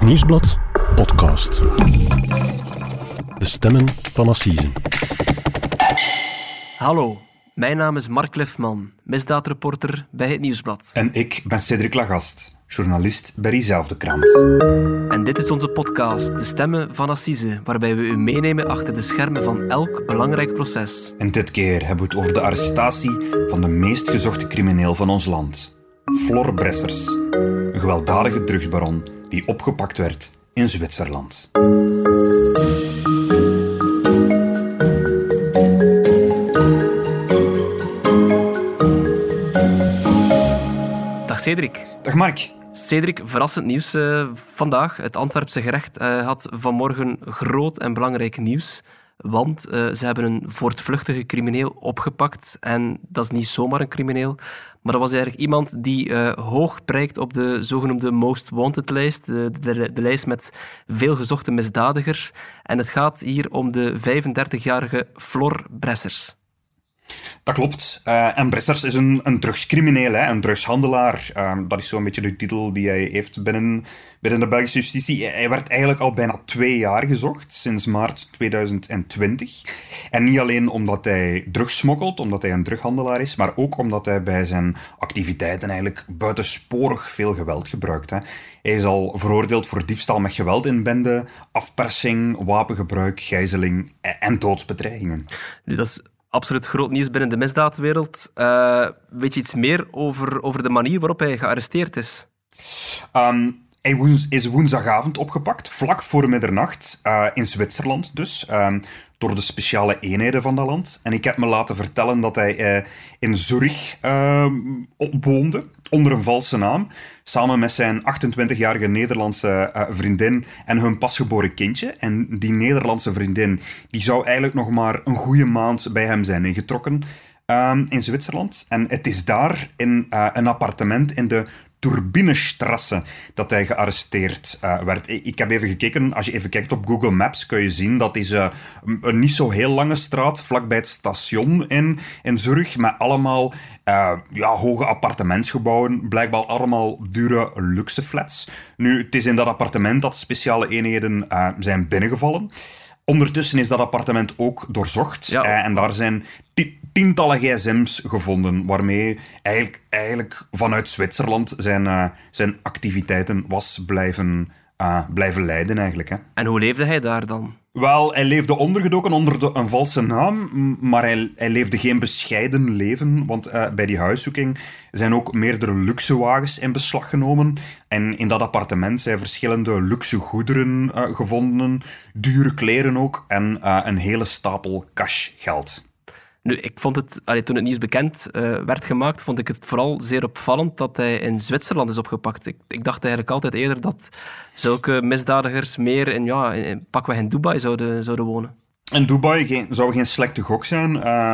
Nieuwsblad podcast. De stemmen van Assise. Hallo, mijn naam is Mark Lefman, misdaadreporter bij Het Nieuwsblad. En ik ben Cédric Lagast, journalist bij diezelfde krant. En dit is onze podcast, De Stemmen van Assise, waarbij we u meenemen achter de schermen van elk belangrijk proces. En dit keer hebben we het over de arrestatie van de meest gezochte crimineel van ons land. Flor Bressers, een gewelddadige drugsbaron die opgepakt werd in Zwitserland. Dag Cédric. Dag Mark. Cédric, verrassend nieuws vandaag. Het Antwerpse gerecht had vanmorgen groot en belangrijk nieuws. Want ze hebben een voortvluchtige crimineel opgepakt. En dat is niet zomaar een crimineel. Maar dat was eigenlijk iemand die hoog prijkt op de zogenoemde Most Wanted-lijst. De lijst met veel gezochte misdadigers. En het gaat hier om de 35-jarige Flor Bressers. Dat klopt. En Bressers is een drugscrimineel, een drugshandelaar. Dat is zo'n beetje de titel die hij heeft binnen de Belgische justitie. Hij werd eigenlijk al bijna 2 jaar gezocht, sinds maart 2020. En niet alleen omdat hij drugs smokkelt, omdat hij een drughandelaar is, maar ook omdat hij bij zijn activiteiten eigenlijk buitensporig veel geweld gebruikt. Hij is al veroordeeld voor diefstal met geweld in bende, afpersing, wapengebruik, gijzeling en doodsbedreigingen. Nu, dat is absoluut groot nieuws binnen de misdaadwereld. Weet je iets meer over de manier waarop hij gearresteerd is? Hij is woensdagavond opgepakt, vlak voor middernacht, in Zwitserland dus, door de speciale eenheden van dat land. En ik heb me laten vertellen dat hij in Zurich woonde, onder een valse naam, samen met zijn 28-jarige Nederlandse vriendin en hun pasgeboren kindje. En die Nederlandse vriendin die zou eigenlijk nog maar een goede maand bij hem zijn ingetrokken in Zwitserland. En het is daar in een appartement in de Turbinestrasse dat hij gearresteerd werd. Ik heb even gekeken, als je even kijkt op Google Maps kun je zien dat is een niet zo heel lange straat vlakbij het station in Zurich, met allemaal hoge appartementsgebouwen, blijkbaar allemaal dure luxe flats. Nu, het is in dat appartement dat speciale eenheden zijn binnengevallen. Ondertussen is dat appartement ook doorzocht. Ja. En daar zijn tientallen gsm's gevonden, waarmee eigenlijk vanuit Zwitserland zijn activiteiten was blijven leiden eigenlijk. Hè. En hoe leefde hij daar dan? Wel, hij leefde ondergedoken onder een valse naam, maar hij leefde geen bescheiden leven, want bij die huiszoeking zijn ook meerdere luxe wagens in beslag genomen. En in dat appartement zijn verschillende luxe goederen gevonden, dure kleren ook, en een hele stapel cashgeld. Nu, ik vond het, toen het nieuws bekend werd gemaakt, vond ik het vooral zeer opvallend dat hij in Zwitserland is opgepakt. Ik dacht eigenlijk altijd eerder dat zulke misdadigers meer in pakweg in Dubai zouden wonen. In Dubai zou geen slechte gok zijn.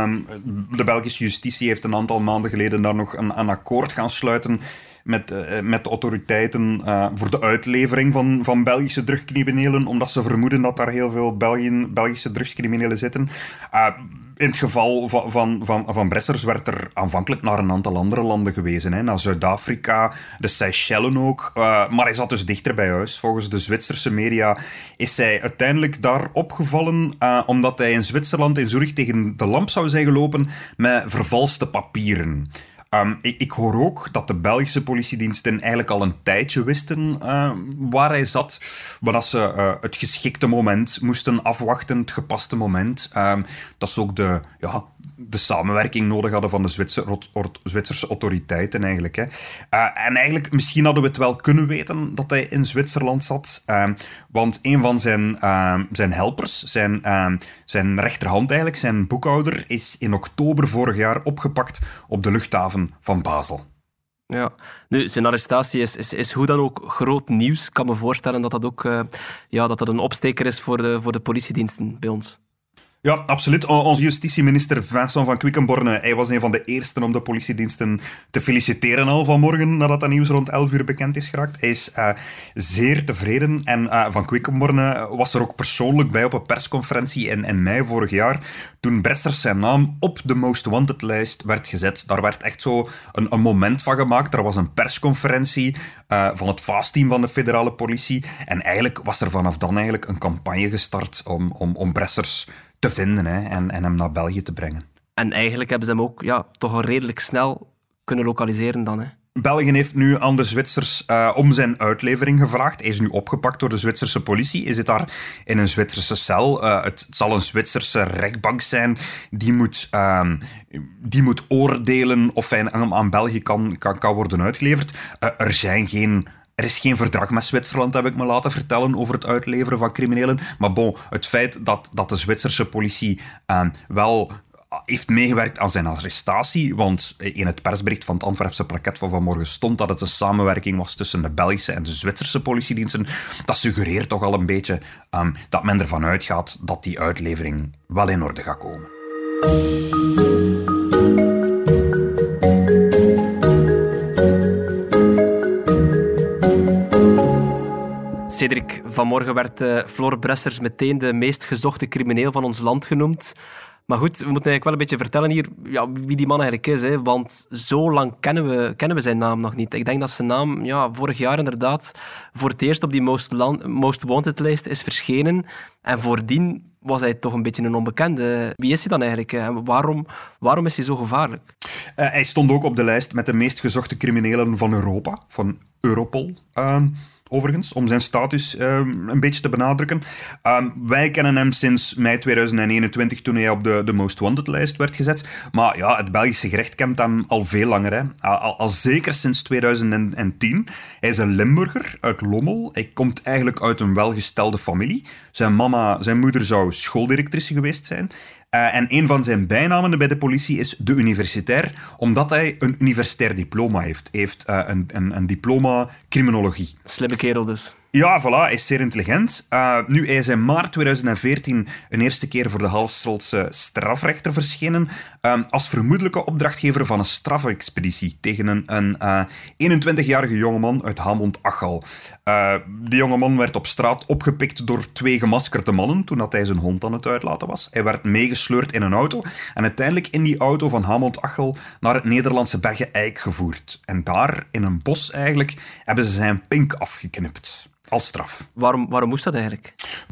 De Belgische justitie heeft een aantal maanden geleden daar nog een akkoord gaan sluiten met de autoriteiten voor de uitlevering van Belgische drugscriminelen, omdat ze vermoeden dat daar heel veel Belgische drugscriminelen zitten. In het geval van Bressers werd er aanvankelijk naar een aantal andere landen gewezen. Naar Zuid-Afrika, de Seychellen ook. Maar hij zat dus dichter bij huis. Volgens de Zwitserse media is hij uiteindelijk daar opgevallen omdat hij in Zwitserland, in Zurich, tegen de lamp zou zijn gelopen met vervalste papieren. Ik hoor ook dat de Belgische politiediensten eigenlijk al een tijdje wisten waar hij zat, maar dat ze het geschikte moment moesten afwachten, het gepaste moment. Dat ze ook de samenwerking nodig hadden van de Zwitserse autoriteiten eigenlijk. Hè. En eigenlijk, misschien hadden we het wel kunnen weten dat hij in Zwitserland zat, want een van zijn helpers, zijn rechterhand eigenlijk, zijn boekhouder, is in oktober vorig jaar opgepakt op de luchthaven van Basel. Ja, nu, zijn arrestatie is hoe dan ook groot nieuws. Ik kan me voorstellen dat dat ook dat een opsteker is voor de politiediensten bij ons. Ja, absoluut. Onze justitieminister Vincent van Quickenborne, hij was een van de eersten om de politiediensten te feliciteren al vanmorgen, nadat dat nieuws rond 11 uur bekend is geraakt. Hij is zeer tevreden en Van Quickenborne was er ook persoonlijk bij op een persconferentie in mei vorig jaar, toen Bressers zijn naam op de Most Wanted-lijst werd gezet. Daar werd echt zo een moment van gemaakt. Er was een persconferentie van het VAAS-team van de federale politie en eigenlijk was er vanaf dan eigenlijk een campagne gestart om Bressers te vinden en hem naar België te brengen. En eigenlijk hebben ze hem ook toch al redelijk snel kunnen lokaliseren dan. Hè? België heeft nu aan de Zwitsers om zijn uitlevering gevraagd. Hij is nu opgepakt door de Zwitserse politie. Hij zit daar in een Zwitserse cel. Het zal een Zwitserse rechtbank zijn die moet oordelen of hij aan België kan worden uitgeleverd. Er is geen verdrag met Zwitserland, heb ik me laten vertellen, over het uitleveren van criminelen. Maar bon, het feit dat de Zwitserse politie wel heeft meegewerkt aan zijn arrestatie, want in het persbericht van het Antwerpse parket van vanmorgen stond dat het een samenwerking was tussen de Belgische en de Zwitserse politiediensten. Dat suggereert toch al een beetje dat men ervan uitgaat dat die uitlevering wel in orde gaat komen. Cedric, vanmorgen werd Floor Bressers meteen de meest gezochte crimineel van ons land genoemd. Maar goed, we moeten eigenlijk wel een beetje vertellen hier wie die man eigenlijk is. Hè? Want zo lang kennen we zijn naam nog niet. Ik denk dat zijn naam vorig jaar inderdaad voor het eerst op die Most Wanted-lijst is verschenen. En voordien was hij toch een beetje een onbekende. Wie is hij dan eigenlijk? En waarom is hij zo gevaarlijk? Hij stond ook op de lijst met de meest gezochte criminelen van Europa, van Europol. Overigens, om zijn status een beetje te benadrukken. Wij kennen hem sinds mei 2021, toen hij op de Most Wanted-lijst werd gezet. Maar ja, het Belgische gerecht kent hem al veel langer. Hè. Al zeker sinds 2010. Hij is een Limburger uit Lommel. Hij komt eigenlijk uit een welgestelde familie. Zijn moeder zou schooldirectrice geweest zijn. En een van zijn bijnamen bij de politie is de universitair, omdat hij een universitair diploma heeft. Hij heeft een diploma criminologie. Slimme kerel dus. Ja, voilà, hij is zeer intelligent. Nu, hij is in maart 2014 een eerste keer voor de Hasseltse strafrechter verschenen als vermoedelijke opdrachtgever van een strafexpeditie tegen een 21-jarige jongeman uit Hamont-Achal. Die jongeman werd op straat opgepikt door 2 gemaskerde mannen toen hij zijn hond aan het uitlaten was. Hij werd meegesleurd in een auto en uiteindelijk in die auto van Hamont-Achal naar het Nederlandse Berge Eik gevoerd. En daar, in een bos eigenlijk, hebben ze zijn pink afgeknipt. Als straf. Waarom moest dat eigenlijk?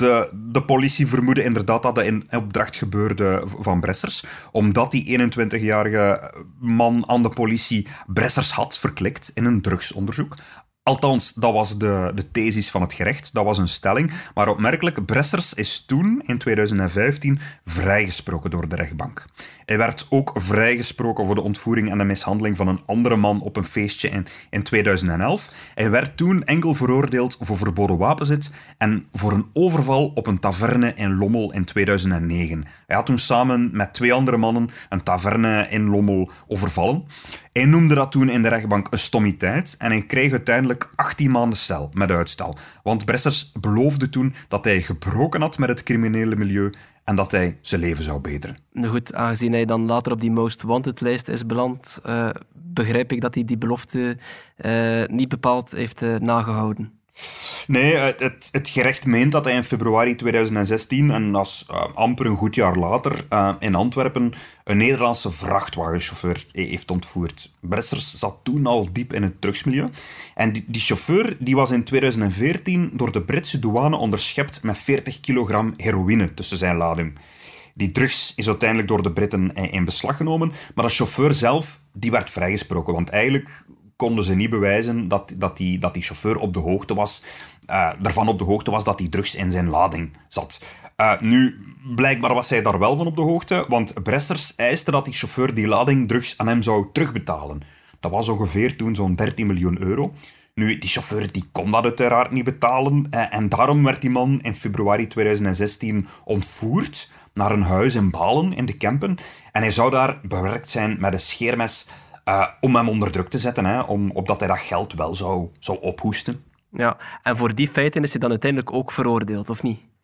De politie vermoedde inderdaad dat dat in opdracht gebeurde van Bressers, omdat die 21-jarige man aan de politie Bressers had verklikt in een drugsonderzoek. Althans, dat was de thesis van het gerecht, dat was een stelling. Maar opmerkelijk, Bressers is toen, in 2015, vrijgesproken door de rechtbank. Hij werd ook vrijgesproken voor de ontvoering en de mishandeling van een andere man op een feestje in 2011. Hij werd toen enkel veroordeeld voor verboden wapenzit en voor een overval op een taverne in Lommel in 2009. Hij had toen samen met 2 andere mannen een taverne in Lommel overvallen. Hij noemde dat toen in de rechtbank een stommiteit en hij kreeg uiteindelijk 18 maanden cel met uitstel. Want Bressers beloofde toen dat hij gebroken had met het criminele milieu en dat hij zijn leven zou beteren. Nou goed, aangezien hij dan later op die Most Wanted-lijst is beland, begrijp ik dat hij die belofte niet bepaald heeft nagehouden. Nee, het gerecht meent dat hij in februari 2016, en dat is amper een goed jaar later, in Antwerpen een Nederlandse vrachtwagenchauffeur heeft ontvoerd. Bressers zat toen al diep in het drugsmilieu. En die chauffeur die was in 2014 door de Britse douane onderschept met 40 kilogram heroïne tussen zijn lading. Die drugs is uiteindelijk door de Britten in beslag genomen, maar de chauffeur zelf die werd vrijgesproken, want eigenlijk konden ze niet bewijzen dat die chauffeur op de hoogte was, ervan op de hoogte was dat die drugs in zijn lading zat. Nu, blijkbaar was hij daar wel van op de hoogte, want Bressers eiste dat die chauffeur die lading drugs aan hem zou terugbetalen. Dat was ongeveer toen zo'n 13 miljoen euro. Nu, die chauffeur die kon dat uiteraard niet betalen en daarom werd die man in februari 2016 ontvoerd naar een huis in Balen in de Kempen. En hij zou daar bewerkt zijn met een scheermes om hem onder druk te zetten, opdat hij dat geld wel zou ophoesten. Ja, en voor die feiten is hij dan uiteindelijk ook veroordeeld, of niet?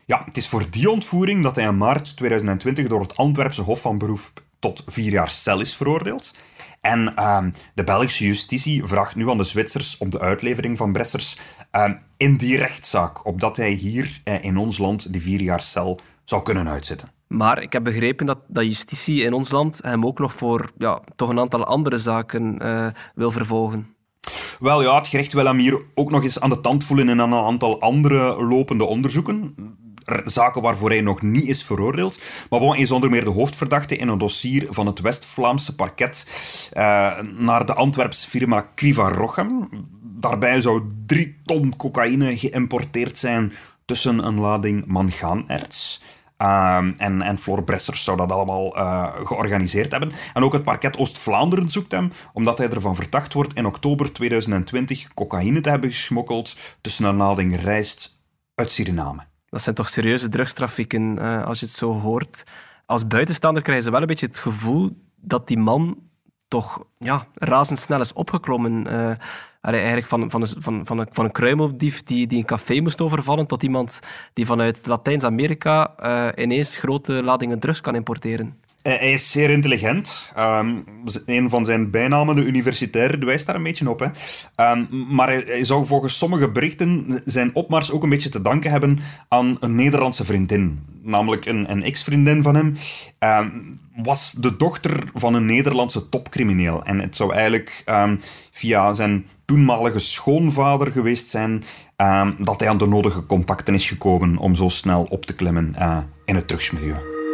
Ja, het is voor die ontvoering dat hij in maart 2020 door het Antwerpse Hof van Beroep tot 4 jaar cel is veroordeeld. En de Belgische justitie vraagt nu aan de Zwitsers om de uitlevering van Bressers in die rechtszaak, opdat hij hier in ons land die 4 jaar cel zou kunnen uitzitten. Maar ik heb begrepen dat justitie in ons land hem ook nog voor toch een aantal andere zaken wil vervolgen. Wel ja, het gerecht wil hem hier ook nog eens aan de tand voelen in een aantal andere lopende onderzoeken. Zaken waarvoor hij nog niet is veroordeeld. Maar hij is onder meer de hoofdverdachte in een dossier van het West-Vlaamse parket naar de Antwerpse firma Kriva Rochem. Daarbij zou 3 ton cocaïne geïmporteerd zijn tussen een lading mangaanerts. En Flor Bressers zou dat allemaal georganiseerd hebben. En ook het parket Oost-Vlaanderen zoekt hem, omdat hij ervan verdacht wordt in oktober 2020 cocaïne te hebben gesmokkeld tussen een lading rijst uit Suriname. Dat zijn toch serieuze drugstrafieken, als je het zo hoort. Als buitenstaander krijg je wel een beetje het gevoel dat die man toch razendsnel is opgeklommen. Eigenlijk van een kruimeldief die een café moest overvallen tot iemand die vanuit Latijns-Amerika ineens grote ladingen drugs kan importeren. Hij is zeer intelligent. Een van zijn bijnamen, de universitair, wijst daar een beetje op. Hè. Maar hij zou volgens sommige berichten zijn opmars ook een beetje te danken hebben aan een Nederlandse vriendin. Namelijk een ex-vriendin van hem. Was de dochter van een Nederlandse topcrimineel. En het zou eigenlijk via zijn toenmalige schoonvader geweest zijn dat hij aan de nodige contacten is gekomen om zo snel op te klimmen in het drugsmilieu.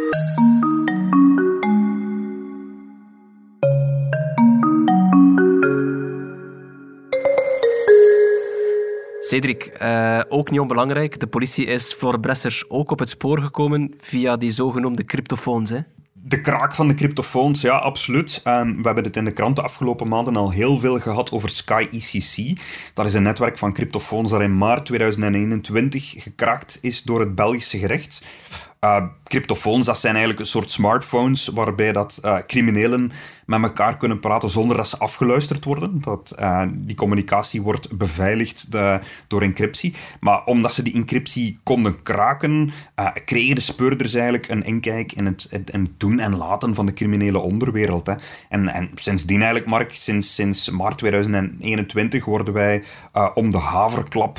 Cedric, ook niet onbelangrijk. De politie is Flor Bressers ook op het spoor gekomen via die zogenoemde cryptofoons, hè? De kraak van de cryptofoons, ja, absoluut. We hebben het in de krant de afgelopen maanden al heel veel gehad over Sky ECC. Dat is een netwerk van cryptofoons dat in maart 2021 gekraakt is door het Belgische gerecht. Cryptofoons, dat zijn eigenlijk een soort smartphones waarbij dat criminelen met elkaar kunnen praten zonder dat ze afgeluisterd worden. Die communicatie wordt beveiligd door encryptie. Maar omdat ze die encryptie konden kraken, kregen de speurders eigenlijk een inkijk in het doen en laten van de criminele onderwereld. Hè. En sindsdien eigenlijk, Mark, sinds maart 2021 worden wij om de haverklap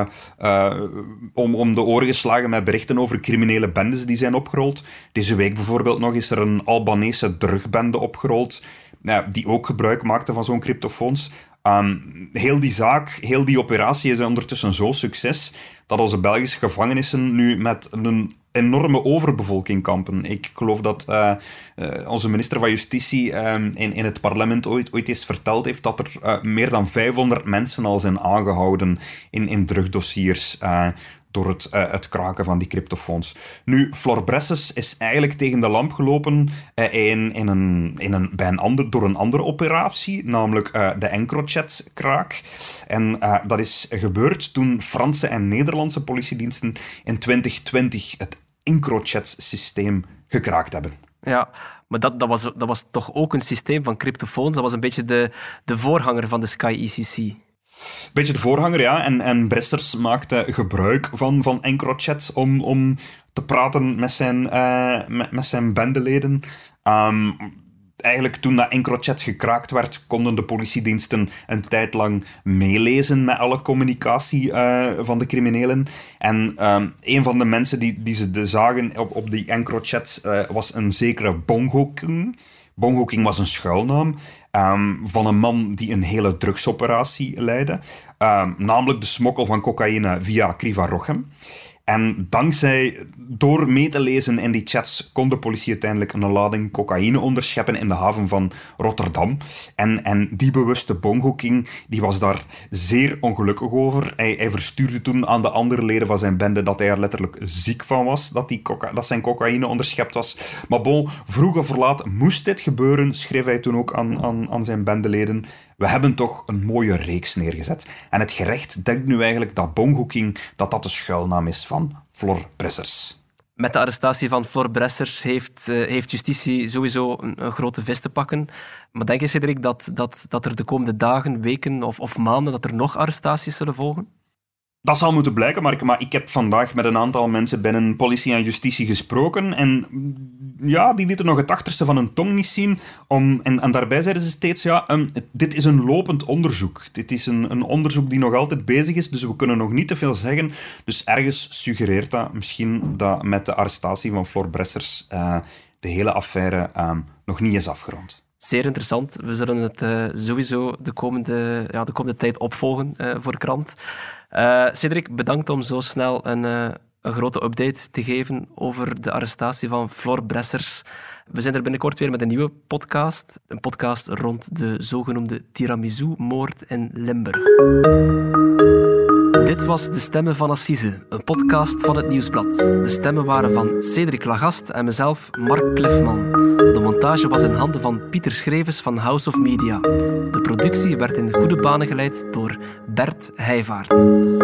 om de oren geslagen met berichten over criminele bendes die zijn opgerold. Deze week bijvoorbeeld nog is er een Albanese drugbende opgerold, die ook gebruik maakte van zo'n cryptofoons. Heel die zaak, heel die operatie is ondertussen zo'n succes dat onze Belgische gevangenissen nu met een enorme overbevolking kampen. Ik geloof dat onze minister van Justitie in het parlement ooit eens verteld heeft dat er meer dan 500 mensen al zijn aangehouden in drugdossiers door het kraken van die cryptofoons. Nu, Flor Bressers is eigenlijk tegen de lamp gelopen door een andere operatie, namelijk de EncroChat-kraak. En dat is gebeurd toen Franse en Nederlandse politiediensten in 2020 het EncroChat-systeem gekraakt hebben. Ja, maar dat was toch ook een systeem van cryptofoons? Dat was een beetje de voorganger van de Sky ECC. Beetje de voorganger, ja. En Bressers maakte gebruik van EncroChat om te praten met zijn bendeleden. Eigenlijk toen dat EncroChat gekraakt werd, konden de politiediensten een tijd lang meelezen met alle communicatie van de criminelen. En een van de mensen die ze zagen op die EncroChat was een zekere Bongo King. Bongo King was een schuilnaam van een man die een hele drugsoperatie leidde. Namelijk de smokkel van cocaïne via Kriva Rochem. En door mee te lezen in die chats, kon de politie uiteindelijk een lading cocaïne onderscheppen in de haven van Rotterdam. En die bewuste Bongo King, die was daar zeer ongelukkig over. Hij verstuurde toen aan de andere leden van zijn bende dat hij er letterlijk ziek van was, dat zijn cocaïne onderschept was. Maar bon, vroeg of laat moest dit gebeuren, schreef hij toen ook aan zijn bendeleden. We hebben toch een mooie reeks neergezet. En het gerecht denkt nu eigenlijk dat Bongo King dat de schuilnaam is van Flor Bressers. Met de arrestatie van Flor Bressers heeft justitie sowieso een grote vis te pakken. Maar denk je, Cedric, dat er de komende dagen, weken of maanden dat er nog arrestaties zullen volgen? Dat zal moeten blijken, maar ik heb vandaag met een aantal mensen binnen politie en justitie gesproken en ja, die lieten nog het achterste van hun tong niet zien. En daarbij zeiden ze steeds, dit is een lopend onderzoek. Dit is een onderzoek die nog altijd bezig is, dus we kunnen nog niet te veel zeggen. Dus ergens suggereert dat misschien dat met de arrestatie van Floor Bressers de hele affaire nog niet is afgerond. Zeer interessant. We zullen het sowieso de komende tijd opvolgen voor Krant. Cedric, bedankt om zo snel een grote update te geven over de arrestatie van Floor Bressers. We zijn er binnenkort weer met een nieuwe podcast. Een podcast rond de zogenoemde tiramisu-moord in Limburg. Dit was De Stemmen van Assise, een podcast van het Nieuwsblad. De stemmen waren van Cedric Lagast en mezelf, Mark Cliffman. De montage was in handen van Pieter Schrevens van House of Media. De productie werd in goede banen geleid door Bert Heijvaart.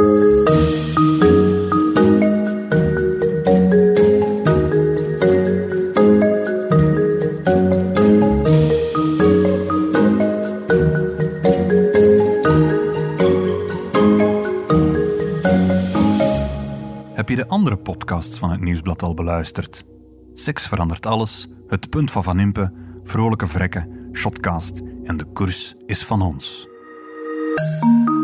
Heb je de andere podcasts van het Nieuwsblad al beluisterd? Seks verandert alles, Het Punt van Van Impe, Vrolijke Vrekken, Shotcast en De Koers is van ons.